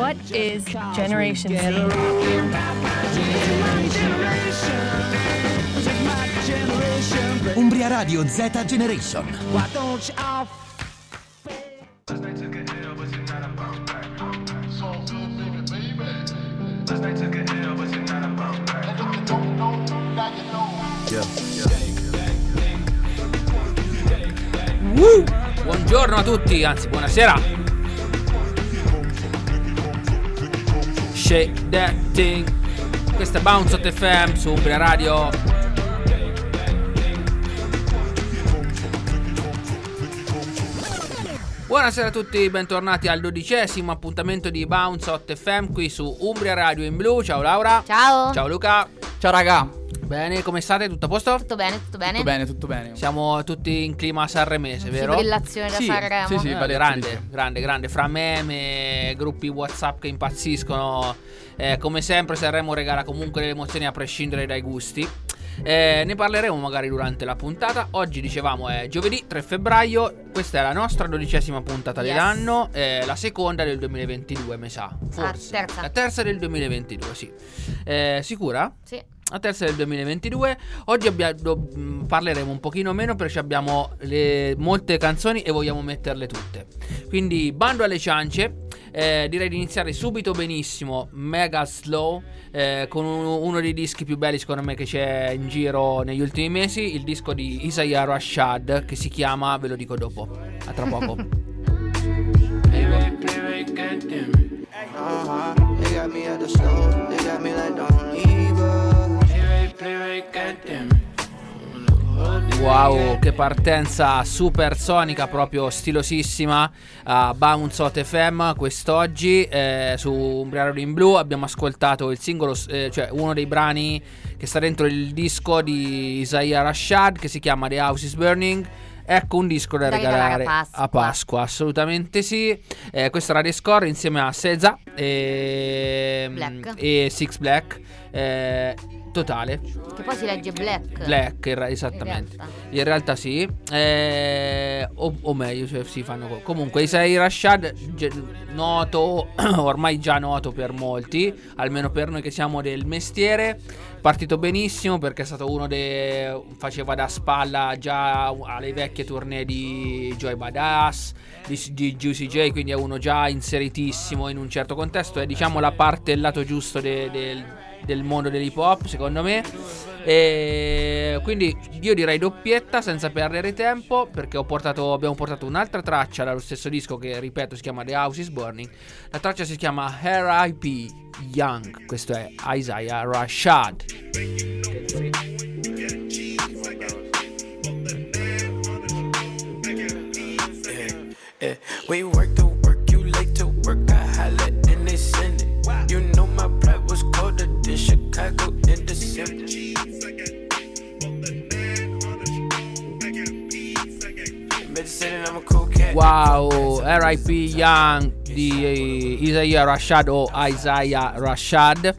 What is Generation Z? Umbria Radio Z Generation. Buongiorno a tutti, anzi buonasera. Shake that thing. Questa è Bounce Hot FM su Umbria Radio. Buonasera a tutti, bentornati al 12° appuntamento di Bounce Hot FM qui su Umbria Radio in blu. Ciao Laura. Ciao. Ciao Luca. Ciao raga. Bene, come state? Tutto a posto? Tutto bene, tutto bene. Tutto bene, tutto bene. Siamo tutti in clima sanremese, vero? Fibrillazione da Sì, Sanremo. sì, sì. Grande. Fra meme, gruppi WhatsApp che impazziscono. Come sempre Sanremo regala comunque le emozioni a prescindere dai gusti. Ne parleremo magari durante la puntata. Oggi dicevamo è giovedì 3 febbraio. Questa è la nostra 12ª puntata dell'anno, la seconda del 2022 mi sa. Forse la terza del 2022, sì. Sicura? Sì. La terza del 2022. Oggi parleremo un pochino meno perché abbiamo molte canzoni e vogliamo metterle tutte. Quindi bando alle ciance. Direi di iniziare subito benissimo. Mega Slow, con uno dei dischi più belli secondo me che c'è in giro negli ultimi mesi. Il disco di Isaiah Rashad che si chiama, ve lo dico dopo. A tra poco. Wow, che partenza super sonica, proprio stilosissima. Bounce Hot FM quest'oggi su Umbria Radio in blu. Abbiamo ascoltato il singolo, cioè uno dei brani che sta dentro il disco di Isaiah Rashad che si chiama The House is Burning. Ecco un disco da regalare a Pasqua, assolutamente sì. Questo era The Score insieme a Seza e Six Black. Totale. Che poi si legge Black, esattamente. In realtà sì. O meglio, cioè, si fanno. Comunque Isaiah Rashad, noto, ormai già noto per molti, almeno per noi che siamo del mestiere. Partito benissimo perché è stato uno faceva da spalla già alle vecchie tournée di Joey Badass, di Juicy J, quindi è uno già inseritissimo in un certo contesto. È diciamo la parte, il lato giusto del mondo dell'hip hop secondo me. E quindi io direi doppietta senza perdere tempo, perché abbiamo portato un'altra traccia dallo stesso disco che ripeto si chiama The House is Burning. La traccia si chiama R.I.P. Young. Questo è Isaiah Rashad. We work to work, you late to work, I holla and they send it. You know my pride was colder than Chicago in December. Wow, R.I.P. Young di Isaiah Rashad o Isaiah Rashad.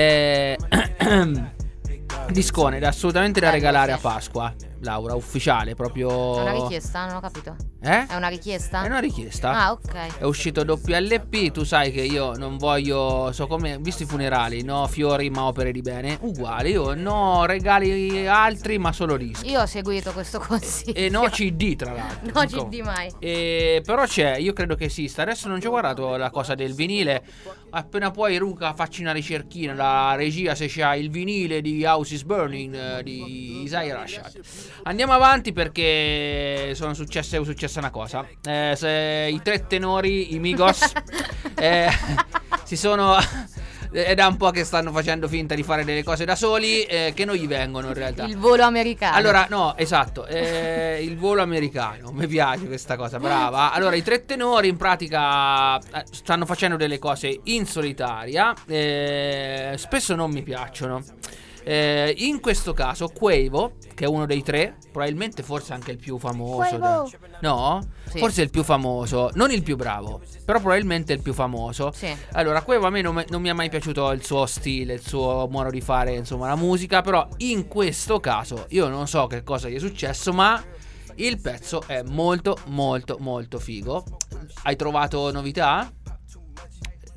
Discone assolutamente da regalare a Pasqua, Laura, ufficiale proprio. È una richiesta, non ho capito. È una richiesta? È una richiesta. Ah, ok. È uscito WLP, tu sai che io non voglio, so come, visto i funerali, no fiori ma opere di bene, uguali, io no regali altri ma solo dischi. Io ho seguito questo consiglio. E no CD tra l'altro. No CD mai. Però io credo che esista. Adesso non ci ho guardato la cosa del vinile. Appena puoi Luca facci una ricerchina, la regia, se c'ha il vinile di House is Burning di Isaiah Rashad. Andiamo avanti perché è successa una cosa. I tre tenori, i Migos si sono è da un po' che stanno facendo finta di fare delle cose da soli, che non gli vengono in realtà. Il volo americano. Allora, no, esatto, il volo americano. Mi piace questa cosa, brava. Allora, i tre tenori in pratica stanno facendo delle cose in solitaria, spesso non mi piacciono. In questo caso Quavo, che è uno dei tre, probabilmente forse anche il più famoso, no? Sì. Forse il più famoso, non il più bravo, però probabilmente il più famoso. Sì. Allora Quavo a me non mi è mai piaciuto il suo stile, il suo modo di fare, insomma, la musica. Però in questo caso io non so che cosa gli è successo, ma il pezzo è molto molto molto figo. Hai trovato novità?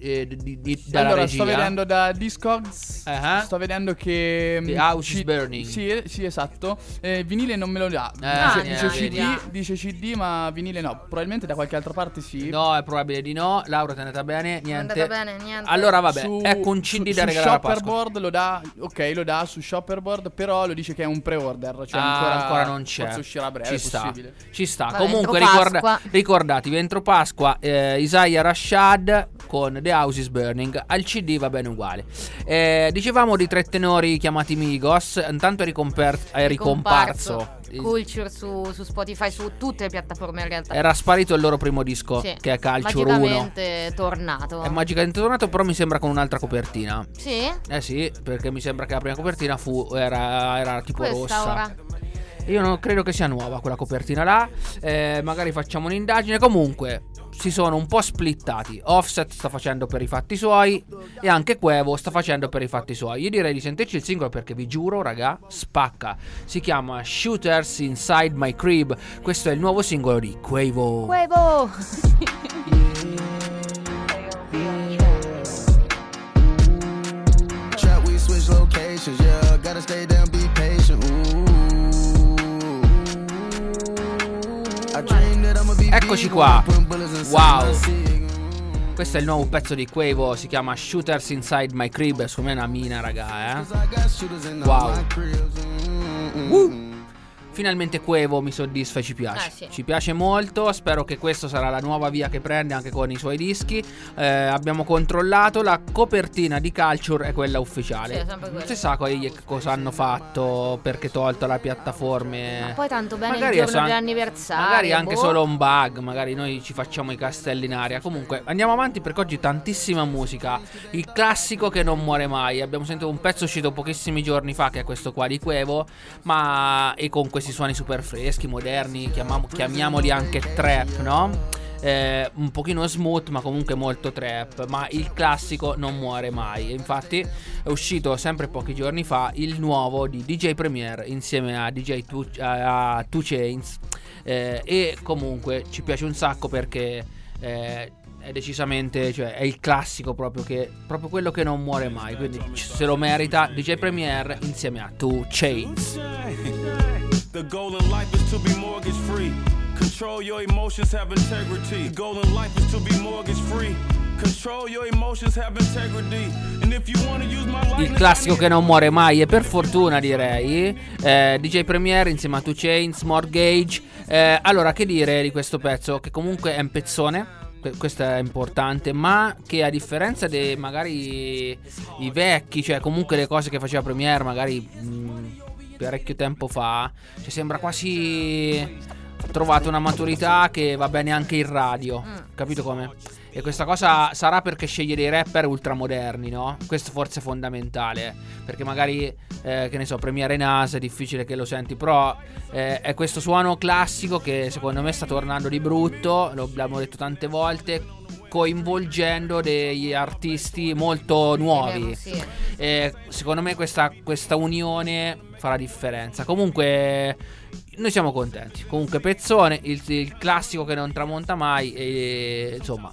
dalla allora, regia. sto vedendo da Discogs. Sto vedendo che The House is Burning. Sì, esatto. Vinile non me lo dà. Dice CD, ma vinile no. Probabilmente da qualche altra parte sì. No, è probabile di no. Laura, te ne andata bene? Niente. Non è andata bene, niente. Allora vabbè, ecco un CD da regalare a Pasqua. Shopperboard lo dà. Ok, lo dà su Shopperboard, però lo dice che è un pre-order, cioè ancora non c'è. Forse uscirà a breve, Ci sta. Vabbè, Comunque ricordatevi, entro Pasqua Isaiah Rashad con The House is Burning. Al CD va bene uguale. Dicevamo di 3 tenori chiamati Migos. Intanto è ricomparso Culture su Spotify, su tutte le piattaforme in realtà. Era sparito il loro primo disco, sì, che è Culture 1. Magicamente tornato. È magicamente tornato, però mi sembra con un'altra copertina. Sì? Sì, perché mi sembra che la prima copertina era tipo questa rossa. Ora. Io non credo che sia nuova quella copertina là. Magari facciamo un'indagine. Comunque si sono un po' splittati. Offset sta facendo per i fatti suoi e anche Quavo sta facendo per i fatti suoi. Io direi di sentirci il singolo perché vi giuro, raga, spacca. Si chiama Shooters Inside My Crib. Questo è il nuovo singolo di Quavo. Trap, we switch locations, yeah. Gotta stay down, be patient. Eccoci qua. Wow. Questo è il nuovo pezzo di Quavo. Si chiama Shooters Inside My Crib. Secondo me è una mina, raga, Wow. Finalmente Quavo mi soddisfa e ci piace. Sì. Ci piace molto. Spero che questo sarà la nuova via che prende anche con i suoi dischi. Abbiamo controllato. La copertina di Culture è quella ufficiale. Sì, sempre Non si sa cosa hanno fatto, perché tolto la piattaforme. Ma poi tanto bene magari il giorno dell'anniversario. Magari anche solo un bug. Magari noi ci facciamo i castelli in aria. Comunque andiamo avanti perché oggi tantissima musica. Il classico che non muore mai. Abbiamo sentito un pezzo uscito pochissimi giorni fa, che è questo qua di Quavo. E con questi suoni super freschi, moderni, chiamiamoli anche trap, no? Un pochino smooth, ma comunque molto trap. Ma il classico non muore mai. E infatti è uscito sempre pochi giorni fa il nuovo di DJ Premier insieme a DJ 2 Chainz. E comunque ci piace un sacco perché è decisamente, cioè è il classico proprio quello che non muore mai. Quindi se lo merita DJ Premier insieme a 2 Chainz. The goal in life is to be mortgage free. Control your emotions, have integrity. The goal in life is to be mortgage free. Control your emotions, have integrity. And if you want to use my life, il classico che non muore mai, e per fortuna direi. DJ Premier insieme a 2 Chainz, Mortgage. Allora, che dire di questo pezzo? Che comunque è un pezzone. Questo è importante, ma che a differenza dei magari i vecchi, cioè comunque le cose che faceva Premier magari parecchio tempo fa, cioè sembra quasi trovato una maturità che va bene anche in radio, capito come? E questa cosa sarà perché sceglie dei rapper ultramoderni, no? Questo forse è fondamentale, perché magari che ne so, Premier e Nas è difficile che lo senti, però è questo suono classico che secondo me sta tornando di brutto, lo abbiamo detto tante volte, coinvolgendo degli artisti molto nuovi. Secondo me questa unione fa la differenza. Comunque noi siamo contenti. Comunque pezzone, il classico che non tramonta mai. E insomma,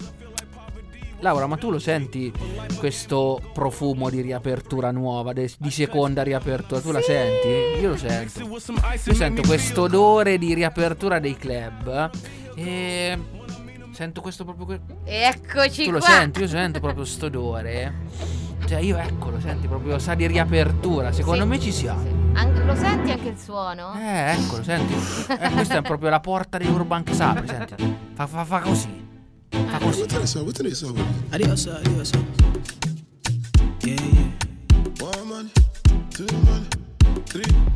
Laura, ma tu lo senti questo profumo di riapertura nuova, di seconda riapertura? Tu la senti? Io lo sento. Io sento questo odore di riapertura dei club. E sento questo proprio Eccoci tu qua. Lo senti? Io sento proprio sto odore. Cioè io lo senti proprio, sa di riapertura. Secondo me ci siamo. Lo senti anche il suono? Ecco, lo senti? Questa è proprio la porta di Urban che sa, senti. Fa così. Fa così. Adios. Yeah. One money, two money, three.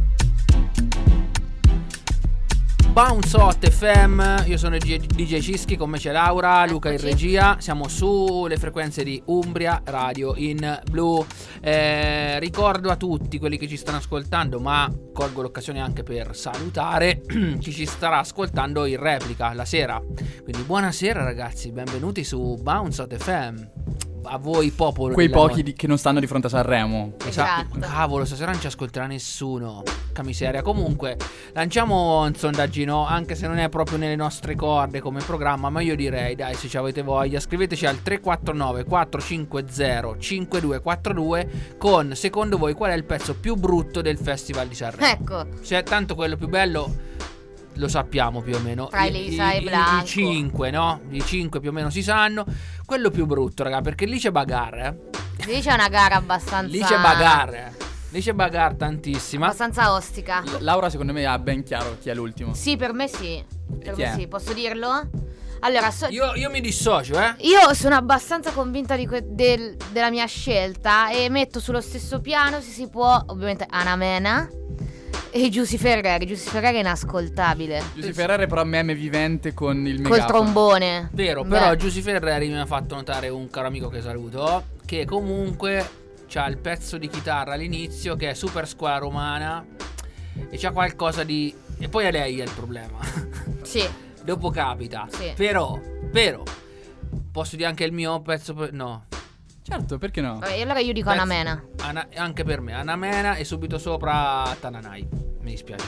Bounce Hot FM, io sono DJ Cischi, con me c'è Laura, Luca in regia, siamo sulle frequenze di Umbria Radio in Blu. Ricordo a tutti quelli che ci stanno ascoltando, ma colgo l'occasione anche per salutare chi ci starà ascoltando in replica la sera. Quindi buonasera ragazzi, benvenuti su Bounce Hot FM. a voi popolo. Quei pochi che non stanno di fronte a Sanremo. Esatto. Cavolo, stasera non ci ascolterà nessuno. Che miseria. Comunque, lanciamo un sondaggino, anche se non è proprio nelle nostre corde come programma, ma io direi, dai, se ci avete voglia, scriveteci al 349 450 5242 con, secondo voi, qual è il pezzo più brutto del Festival di Sanremo. Ecco. Se è tanto quello più bello lo sappiamo più o meno. Tra Elisa e Blanco. I 5, no? I 5 più o meno si sanno. Quello più brutto, raga, perché lì c'è bagarre. Lì c'è una gara abbastanza. Lì c'è bagarre. Lì c'è bagarre tantissima. Abbastanza ostica. Laura secondo me ha ben chiaro chi è l'ultimo. Sì, per me sì. Per chi me è? sì, posso dirlo? Allora, io mi dissocio, Io sono abbastanza convinta della mia scelta e metto sullo stesso piano, se si può, ovviamente Anna Mena e Giusy Ferreri. Giusy Ferreri è inascoltabile. Giusy Ferreri però meme vivente con il Col megafono. trombone. Vero, però Giusy Ferreri mi ha fatto notare un caro amico che saluto, che comunque c'ha il pezzo di chitarra all'inizio che è super scuola romana e c'ha qualcosa di... E poi a lei è il problema. Sì. Dopo capita. Sì. Però posso dire anche il mio pezzo no. Certo, perché no? Vabbè, allora io dico Anna Mena. Anche per me Anna Mena e subito sopra Tananai. Mi dispiace.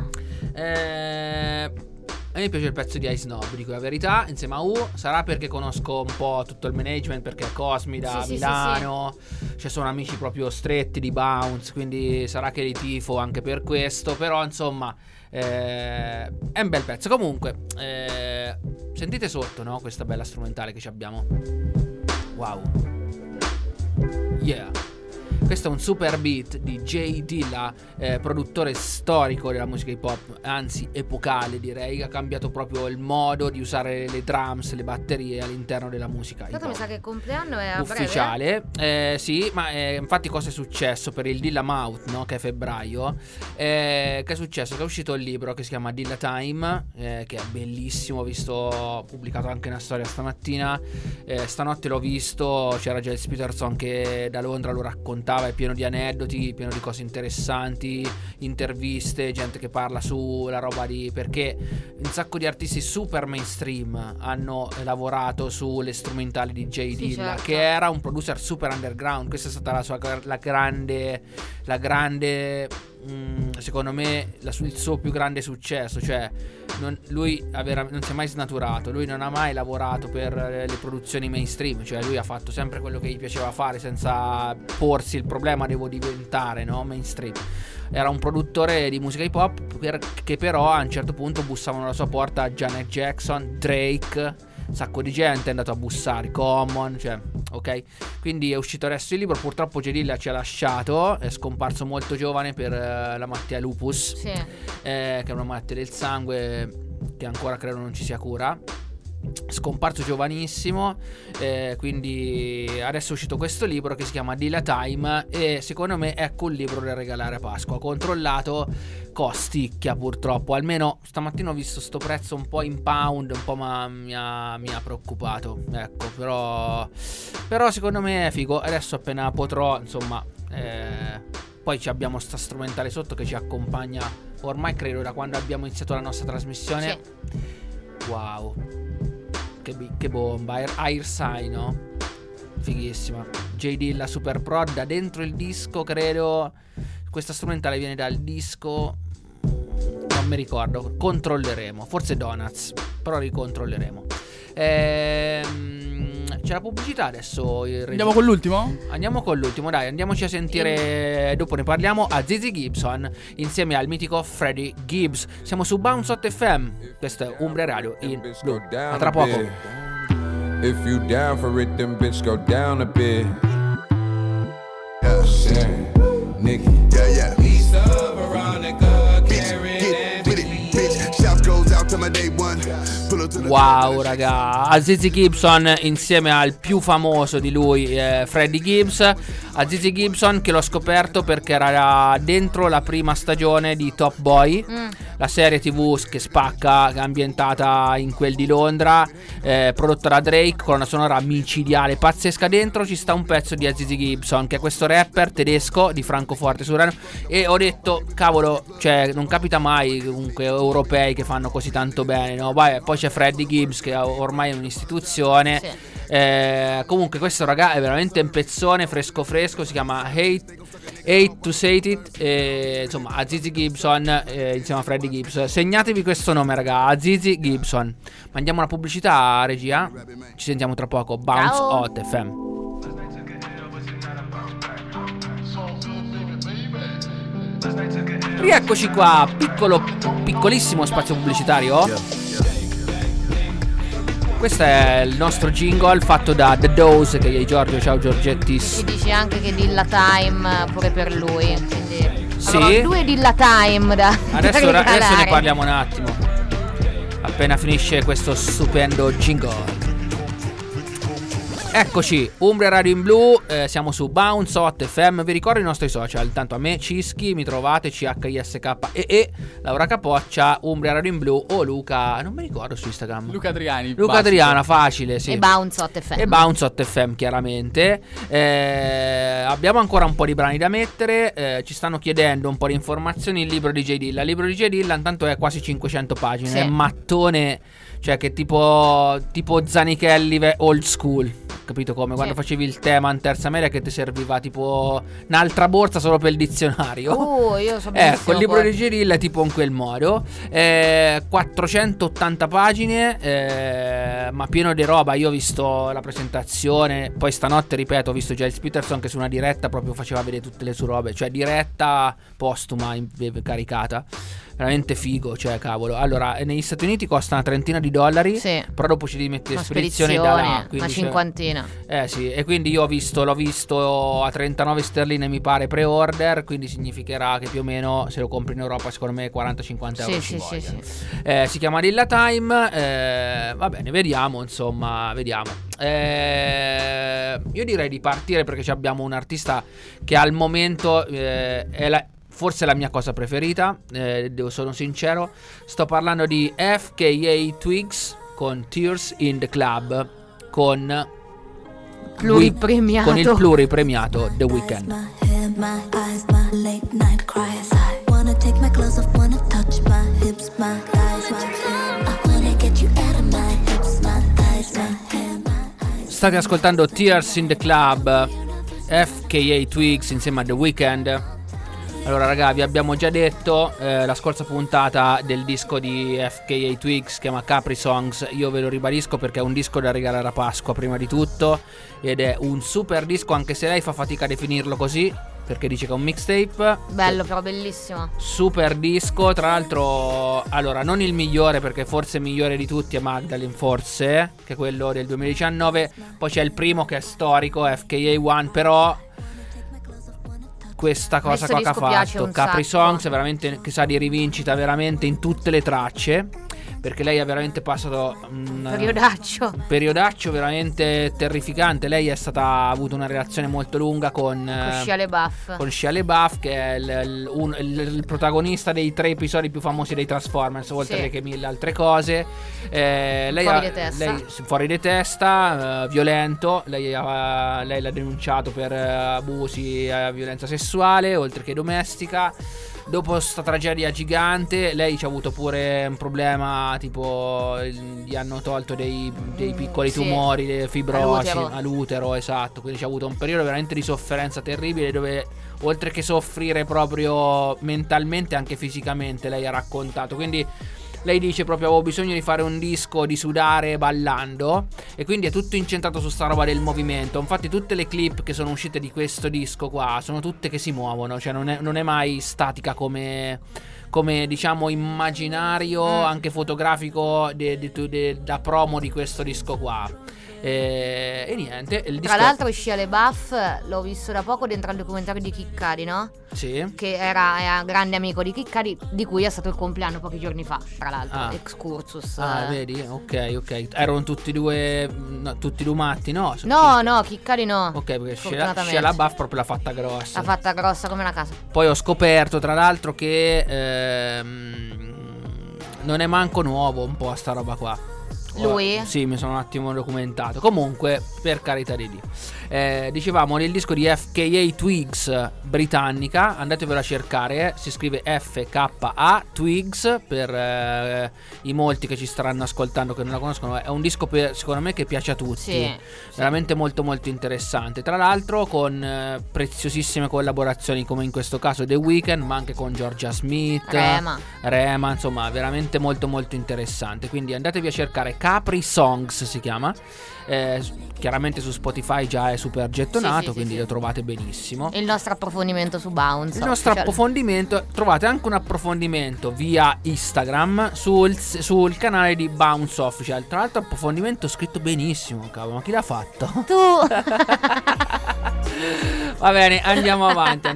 A me piace il pezzo di Ice Snob, dico la verità, insieme a U. Sarà perché conosco un po' tutto il management, perché è Cosmi da Milano, cioè sono amici proprio stretti di Bounce, quindi sarà che li tifo anche per questo. Però insomma è un bel pezzo. Comunque sentite sotto, no? Questa bella strumentale che ci abbiamo. Wow. Yeah. Questo è un super beat di Jay Dilla, produttore storico della musica hip hop, anzi epocale direi, ha cambiato proprio il modo di usare le drums, le batterie all'interno della musica hip hop. Mi sa che il compleanno è a ufficiale, sì, ma infatti cosa è successo per il Dilla Mouth, no? Che è febbraio, che è successo? Che è uscito il libro che si chiama Dilla Time, che è bellissimo, ho visto, pubblicato anche una storia stamattina, stanotte l'ho visto, c'era Giles Peterson che da Londra lo raccontava, è pieno di aneddoti, pieno di cose interessanti, interviste, gente che parla sulla roba di... perché un sacco di artisti super mainstream hanno lavorato sulle strumentali di Jay Dilla, certo. Che era un producer super underground. Questa è stata la grande secondo me il suo più grande successo, cioè lui non si è mai snaturato, lui non ha mai lavorato per le produzioni mainstream, cioè lui ha fatto sempre quello che gli piaceva fare senza porsi il problema devo diventare, no, mainstream. Era un produttore di musica hip hop che però a un certo punto bussavano alla sua porta Janet Jackson, Drake, un sacco di gente è andato a bussare, Common, cioè, ok? Quindi è uscito adesso il libro, purtroppo Jay Dilla ci ha lasciato, è scomparso molto giovane per la malattia lupus, sì. Che è una malattia del sangue che ancora credo non ci sia cura. Scomparso giovanissimo, quindi adesso è uscito questo libro che si chiama Dilla Time e secondo me ecco un libro da regalare a Pasqua. Ho controllato, costicchia purtroppo, almeno stamattina ho visto sto prezzo un po' in pound, un po' mi ha preoccupato, ecco, però secondo me è figo. Adesso appena potrò, insomma, poi abbiamo sta strumentale sotto che ci accompagna ormai credo da quando abbiamo iniziato la nostra trasmissione. Sì. Wow, che bomba. Airsai, no? Fighissima. Jay Dilla super prod da dentro il disco, credo. Questa strumentale viene dal disco, non mi ricordo, controlleremo, forse Donuts, però ricontrolleremo. C'è la pubblicità adesso. Andiamo con l'ultimo? Andiamo con l'ultimo, dai, andiamoci a sentire. Dopo ne parliamo a Zizi Gibson insieme al mitico Freddie Gibbs. Siamo su Bounce Hot FM. Questo è Umbria Radio in blu. A tra poco. If you down for it, then bitch go down a bit. Nicky. Yeah. East of Veronica, Karen and bitch. Shout goes out to my day one. Wow, raga, Azizi Gibson insieme al più famoso di lui, Freddie Gibbs. Azizi Gibson che l'ho scoperto perché era dentro la prima stagione di Top Boy, la serie TV che spacca, che è ambientata in quel di Londra, prodotta da Drake, con una sonora micidiale pazzesca. Dentro ci sta un pezzo di Azizi Gibson, che è questo rapper tedesco di Francoforte Surano, e ho detto, cavolo, cioè non capita mai comunque europei che fanno così tanto bene, no? Poi c'è Freddie Gibbs che ormai è un'istituzione. Sì. Comunque questo raga è veramente un pezzone fresco, si chiama Hate to Say It, insomma Azizi Gibson insieme a Freddie Gibbs. Segnatevi questo nome raga, Azizi Gibson. Mandiamo una pubblicità, regia, ci sentiamo tra poco. Bounce Hot FM. Rieccoci qua, piccolissimo spazio pubblicitario. Questo è il nostro jingle fatto da The Dose, che è Giorgio, ciao Giorgettis. Si dice anche che Dilla Time pure per lui, quindi sì. Due Dilla Time adesso ne parliamo un attimo, appena finisce questo stupendo jingle. Eccoci, Umbria Radio in Blu, siamo su Bounce Hot FM. Vi ricordo i nostri social, intanto a me Cischi, mi trovate CHISKEE, Laura Capoccia, Umbria Radio in Blu o Luca, non mi ricordo su Instagram, Luca Adriani, facile, sì. E Bounce Hot FM. E Bounce Hot FM chiaramente. Abbiamo ancora un po' di brani da mettere, ci stanno chiedendo un po' di informazioni. Il libro di J Dilla, intanto è quasi 500 pagine, sì. È mattone, cioè che tipo Zanichelli old school, capito come? Quando facevi il tema in terza media che ti serviva tipo un'altra borsa solo per il dizionario. Io so ecco, il libro di Girilla è tipo in quel modo. 480 pagine, ma pieno di roba. Io ho visto la presentazione, poi stanotte, ripeto, ho visto Giles Peterson che su una diretta proprio faceva vedere tutte le sue robe, cioè diretta postuma caricata. Veramente figo, cioè cavolo. Allora, negli Stati Uniti costa una $30, sì. Però dopo ci devi mettere spedizione da là, una cinquantina. Sì, e quindi io l'ho visto a 39 sterline mi pare pre-order, quindi significherà che più o meno se lo compri in Europa secondo me 40-50 euro ci voglia. Sì. Si chiama Dilla Time, va bene, vediamo, insomma, vediamo. Io direi di partire perché abbiamo un artista che al momento è forse la mia cosa preferita, sono sincero. Sto parlando di FKA Twigs con Tears in the Club con il pluripremiato The Weeknd. State ascoltando Tears in the Club, FKA Twigs insieme a The Weeknd. Allora raga, vi abbiamo già detto la scorsa puntata del disco di FKA Twigs, si chiama Capri Songs. Io ve lo ribadisco perché è un disco da regalare a Pasqua prima di tutto, ed è un super disco, anche se lei fa fatica a definirlo così perché dice che è un mixtape. Bello, però bellissimo. Super disco, tra l'altro. Allora, non il migliore, perché forse il migliore di tutti è Magdalene, forse, che è quello del 2019. Poi c'è il primo che è storico, FKA One, però questa cosa qua che ha fatto Capri Songs è veramente, che sa di rivincita veramente in tutte le tracce, perché lei ha veramente passato un periodaccio veramente terrificante. Lei ha avuto una relazione molto lunga con Shia LaBeouf, che è il protagonista dei 3 episodi più famosi dei Transformers, oltre che mille altre cose. Fuori di testa, violento. Lei l'ha denunciato per abusi, violenza sessuale, oltre che domestica. Dopo questa tragedia gigante, lei ci ha avuto pure un problema, tipo gli hanno tolto dei piccoli tumori, fibrosi all'utero, esatto. Quindi ci ha avuto un periodo veramente di sofferenza terribile, dove oltre che soffrire proprio mentalmente, anche fisicamente, lei ha raccontato. Quindi lei dice proprio: avevo bisogno di fare un disco di sudare ballando, e quindi è tutto incentrato su sta roba del movimento. Infatti tutte le clip che sono uscite di questo disco qua sono tutte che si muovono, cioè non è mai statica come diciamo immaginario anche fotografico da promo di questo disco qua. E niente, il disco. Tra l'altro Shia LaBeouf l'ho visto da poco dentro al documentario di Kid Cudi, no? Sì. Che era grande amico di Kid Cudi, di cui è stato il compleanno pochi giorni fa, tra l'altro. Excursus. Vedi? Ok. Erano tutti due matti, no? No, Kid Cudi no. Ok, perché Shia LaBeouf proprio l'ha fatta grossa. L'ha fatta grossa come una casa. Poi ho scoperto tra l'altro che non è manco nuovo un po' sta roba qua. Lui? Sì, mi sono un attimo documentato. Comunque, per carità di Dio. Dicevamo nel disco di FKA Twigs, britannica, andatevelo a cercare, si scrive FKA Twigs per i molti che ci staranno ascoltando che non la conoscono. È un disco secondo me che piace a tutti. Sì, veramente molto molto interessante. Tra l'altro con preziosissime collaborazioni come in questo caso The Weeknd, ma anche con Georgia Smith, Rema, insomma veramente molto molto interessante. Quindi andatevi a cercare Capri Songs si chiama. Chiaramente su Spotify già è super gettonato, quindi lo trovate benissimo. Il nostro approfondimento su Bounce. Il nostro approfondimento, trovate anche un approfondimento via Instagram sul canale di Bounce Official. Tra l'altro approfondimento scritto benissimo, cavolo, ma chi l'ha fatto? Tu. Va bene, andiamo avanti.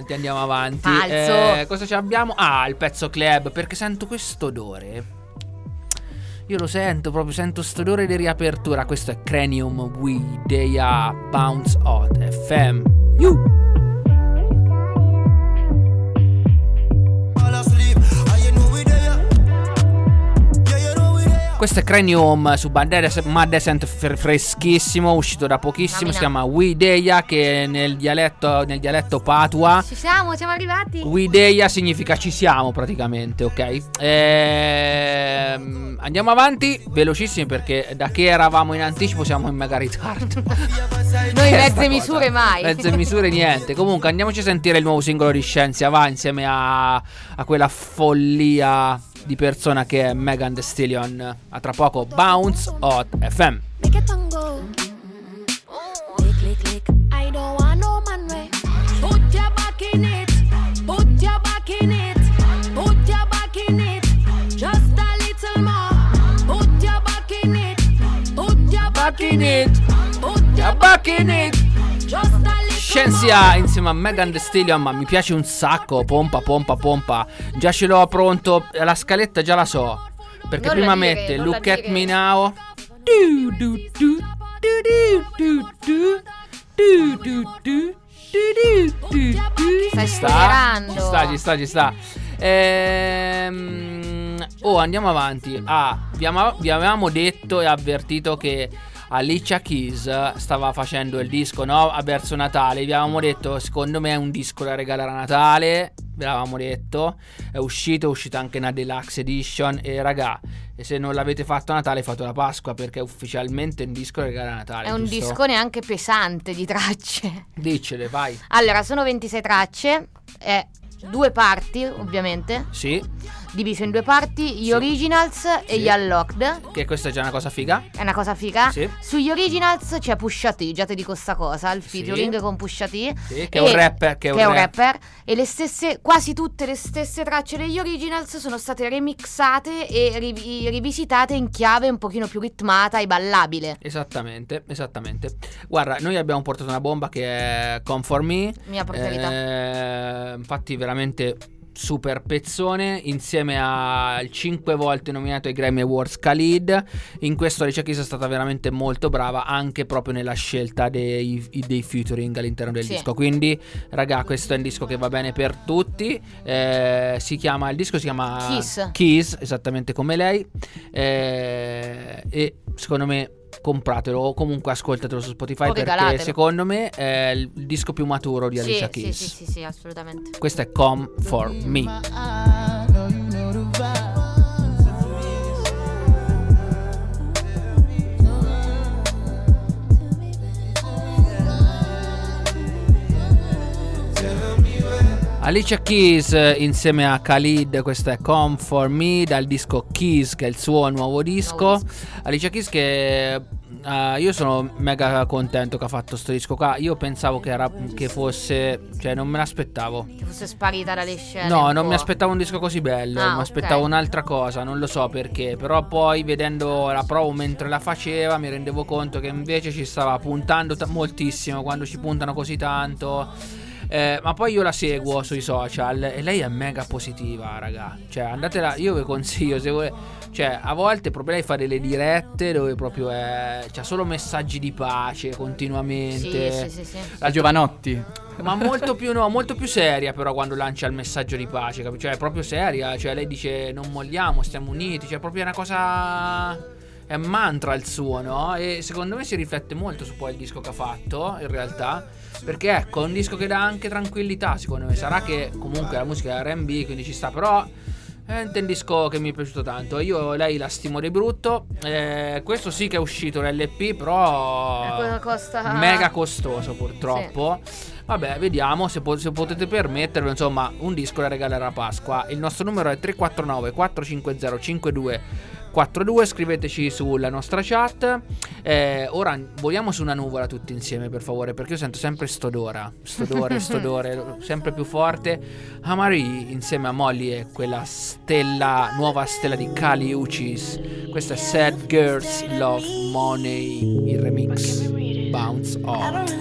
Cosa ci abbiamo? Il pezzo club, perché sento questo odore. Io lo sento, proprio sento sto odore di riapertura. Questo è Cranium Widea Bounce Hot FM. Questo è Cranium su Mad Descent, freschissimo, uscito da pochissimo. Si chiama Widea, che nel dialetto patua. Siamo arrivati. Widea significa ci siamo praticamente, ok? Andiamo avanti, velocissimi, perché da che eravamo in anticipo siamo in mega ritardo. Noi mezze misure mai. Mezze misure niente. Comunque andiamoci a sentire il nuovo singolo di Scienzia va, insieme a quella follia di persona che è Megan Thee Stallion. A tra poco, Bounce Hot FM. I don't want no man way. Put your back in it. Put your back in it. Put your back in it. Just a little more. Put your back in it. Put your back in it. Put your back in it. Just a little. Scienzia insieme a Megan Thee Stallion, ma mi piace un sacco. Pompa. Già ce l'ho pronto. La scaletta già la so. Perché non prima dire, mette Look at Me Now. Stai spoilerando. Ci sta. Andiamo avanti. Vi avevamo detto e avvertito che Alicia Keys stava facendo il disco, no? Verso Natale. Vi avevamo detto, secondo me è un disco da regalare a Natale. Ve l'avevamo detto. È uscita anche una deluxe edition. E raga, e se non l'avete fatto a Natale, fatelo a Pasqua, perché è ufficialmente un disco da regalare a Natale. È un giusto? Disco neanche pesante di tracce. Diccele, vai. Allora, sono 26 tracce. 2 parti, ovviamente. Sì. Diviso in 2 parti, gli originals e gli unlocked. Che questa è già una cosa figa. È una cosa figa. Sì. Sugli originals c'è Pusha T, già ti dico sta cosa, il featuring con Pusha T. Sì, che è un rapper. Che è un rapper. E le stesse, quasi tutte le stesse tracce degli originals sono state remixate e rivisitate in chiave un pochino più ritmata e ballabile. Esattamente. Guarda, noi abbiamo portato una bomba che è Come For Me. Mia preferita. Infatti veramente super pezzone, insieme al 5 volte nominato ai Grammy Awards Khalid. In questo Alicia Keys è stata veramente molto brava, anche proprio nella scelta dei featuring all'interno del disco. Quindi raga, questo è un disco che va bene per tutti. Il disco si chiama Keys, esattamente come lei. E secondo me compratelo o comunque ascoltatelo su Spotify, perché secondo me è il disco più maturo di Alicia Keys. Sì, assolutamente. Questo è Come For Me. Alicia Keys insieme a Khalid, questo è Come For Me dal disco Keys, che è il suo nuovo disco. Alicia Keys che io sono mega contento che ha fatto sto disco qua. Io pensavo che fosse, cioè non me l'aspettavo, che fosse sparita dalle scene. No, non mi aspettavo un disco così bello, mi aspettavo un'altra cosa, non lo so perché. Però poi vedendo la prova mentre la faceva mi rendevo conto che invece ci stava puntando moltissimo, quando ci puntano così tanto. Ma poi io la seguo sui social e lei è mega positiva, raga. Cioè andatela, io vi consiglio, se vuoi. Cioè a volte proprio lei fa delle dirette dove proprio c'ha solo messaggi di pace continuamente. Sì. La Giovanotti. Ma molto più seria però quando lancia il messaggio di pace, cioè è proprio seria. Cioè lei dice non molliamo, stiamo uniti. Cioè proprio è una cosa è mantra il suo, no? E secondo me si riflette molto su poi il disco che ha fatto, in realtà, perché ecco, è un disco che dà anche tranquillità, secondo me. Sarà che comunque la musica è R&B, quindi ci sta, però è un disco che mi è piaciuto tanto. Io lei la stimo di brutto. Questo sì che è uscito l'LP, però costa... mega costoso purtroppo. Sì. Vabbè, vediamo se potete permetterlo. Insomma, un disco da regalare a Pasqua. Il nostro numero è 349 450 5242. Scriveteci sulla nostra chat. Ora voliamo su una nuvola tutti insieme, per favore, perché io sento sempre st'odore sempre più forte. Amarie insieme a Molly e quella nuova stella di Kali Uchis. Questa è Sad Girls Love Money, il remix Bounce Off.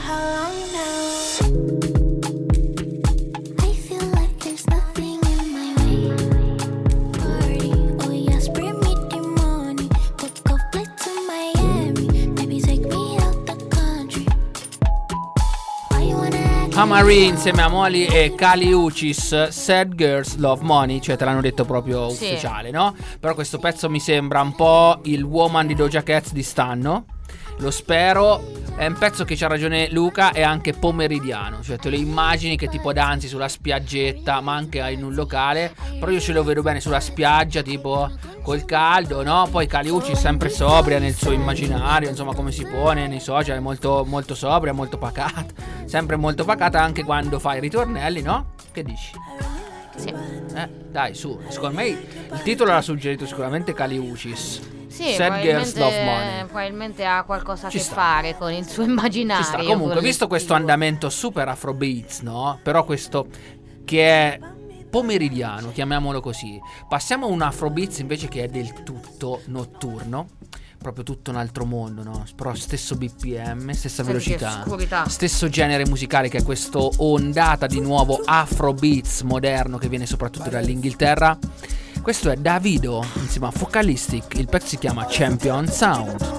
Amarie insieme a Molly e Kali Uchis, Sad Girls Love Money, cioè te l'hanno detto proprio ufficiale, no? Però questo pezzo mi sembra un po' il Woman di Doja Cat di stanno. Lo spero. È un pezzo che c'ha ragione Luca, è anche pomeridiano, cioè te lo immagini che tipo danzi sulla spiaggetta, ma anche in un locale. Però io ce lo vedo bene sulla spiaggia, tipo col caldo, no? Poi Kali Uchis sempre sobria nel suo immaginario, insomma, come si pone nei social, è molto, molto sobria, molto pacata. Sempre molto pacata anche quando fa i ritornelli, no? Che dici? Sì. Dai, su, secondo me il titolo l'ha suggerito sicuramente Kali Uchis. Sì, Sad Girls Love Money. Probabilmente ha qualcosa a che fare con il suo immaginario. Ci sta. Comunque, visto questo andamento super afrobeats, no? Però questo che è pomeridiano, chiamiamolo così, passiamo a un afrobeats invece che è del tutto notturno. Proprio tutto un altro mondo, no? Però stesso BPM, stessa velocità, stesso genere musicale, che è questo ondata di nuovo afrobeats moderno che viene soprattutto dall'Inghilterra. Questo è Davido insieme a Focalistic, il pezzo si chiama Champion Sound.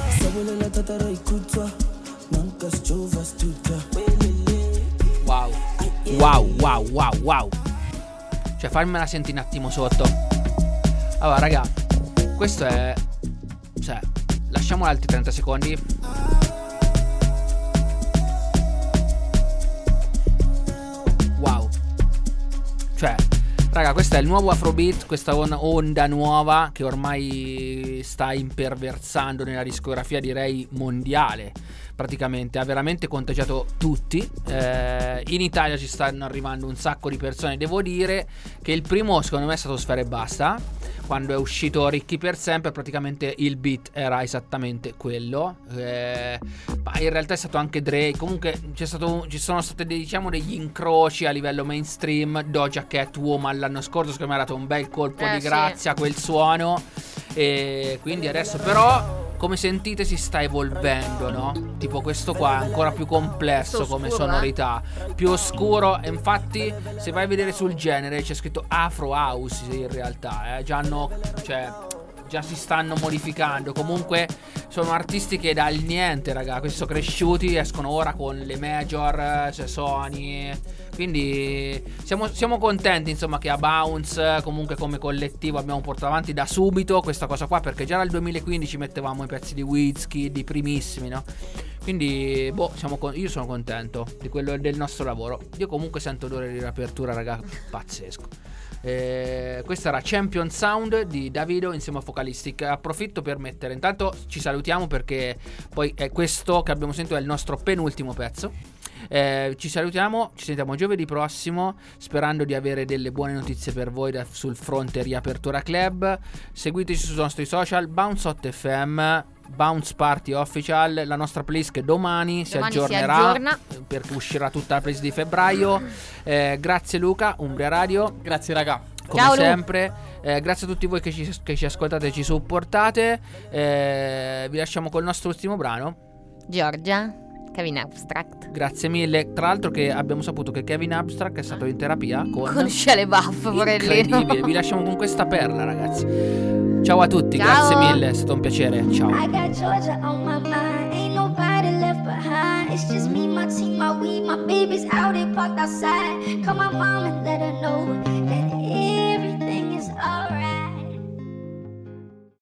Wow, wow, wow, wow, wow. Cioè fammela sentire un attimo sotto. Allora raga, questo è, cioè, lasciamo altri 30 secondi. Wow. Cioè, raga, questo è il nuovo Afrobeat, questa onda nuova che ormai sta imperversando nella discografia, direi mondiale. Praticamente ha veramente contagiato tutti. In Italia ci stanno arrivando un sacco di persone. Devo dire che il primo secondo me è stato Sfera Ebbasta. Quando è uscito Ricchi per sempre, praticamente il beat era esattamente quello. Ma in realtà è stato anche Drake. Comunque ci sono stati diciamo degli incroci a livello mainstream. Doja Cat, Woman l'anno scorso secondo me ha dato un bel colpo di grazia a quel suono. E quindi adesso però, come sentite, si sta evolvendo, no? Tipo questo qua è ancora più complesso come sonorità, più oscuro. E infatti se vai a vedere sul genere c'è scritto Afro House in realtà, già si stanno modificando. Comunque sono artisti che dal niente, raga, questi sono cresciuti, escono ora con le major, cioè Sony. Quindi siamo contenti, insomma, che a Bounce comunque come collettivo abbiamo portato avanti da subito questa cosa qua, perché già dal 2015 mettevamo i pezzi di Wizkid, i primissimi, no? Quindi io sono contento di quello del nostro lavoro. Io comunque sento odore di riapertura, raga, pazzesco. Questa era Champion Sound di Davido insieme a Focalistic. Approfitto per mettere, intanto ci salutiamo perché poi è questo che abbiamo sentito è il nostro penultimo pezzo. Ci salutiamo, ci sentiamo giovedì prossimo, sperando di avere delle buone notizie per voi sul fronte riapertura club. Seguiteci sui nostri social, Bounce Hot FM, Bounce Party Official, la nostra playlist che domani si aggiornerà perché uscirà tutta la playlist di febbraio. Grazie Luca, Umbria Radio. Grazie raga. Come ciao, sempre, grazie a tutti voi che ci ascoltate e ci supportate. Vi lasciamo col nostro ultimo brano, Giorgia, Kevin Abstract. Grazie mille. Tra l'altro che abbiamo saputo che Kevin Abstract è stato in terapia con Shelley Buff, porellino. Incredibile. Vi lasciamo con questa perla, ragazzi. Ciao a tutti, grazie mille, è stato un piacere. Ciao. I got Georgia on my mind, ain't nobody left behind. It's just me, my team, my weed, my baby's out here parked outside. Call my mom and let her know that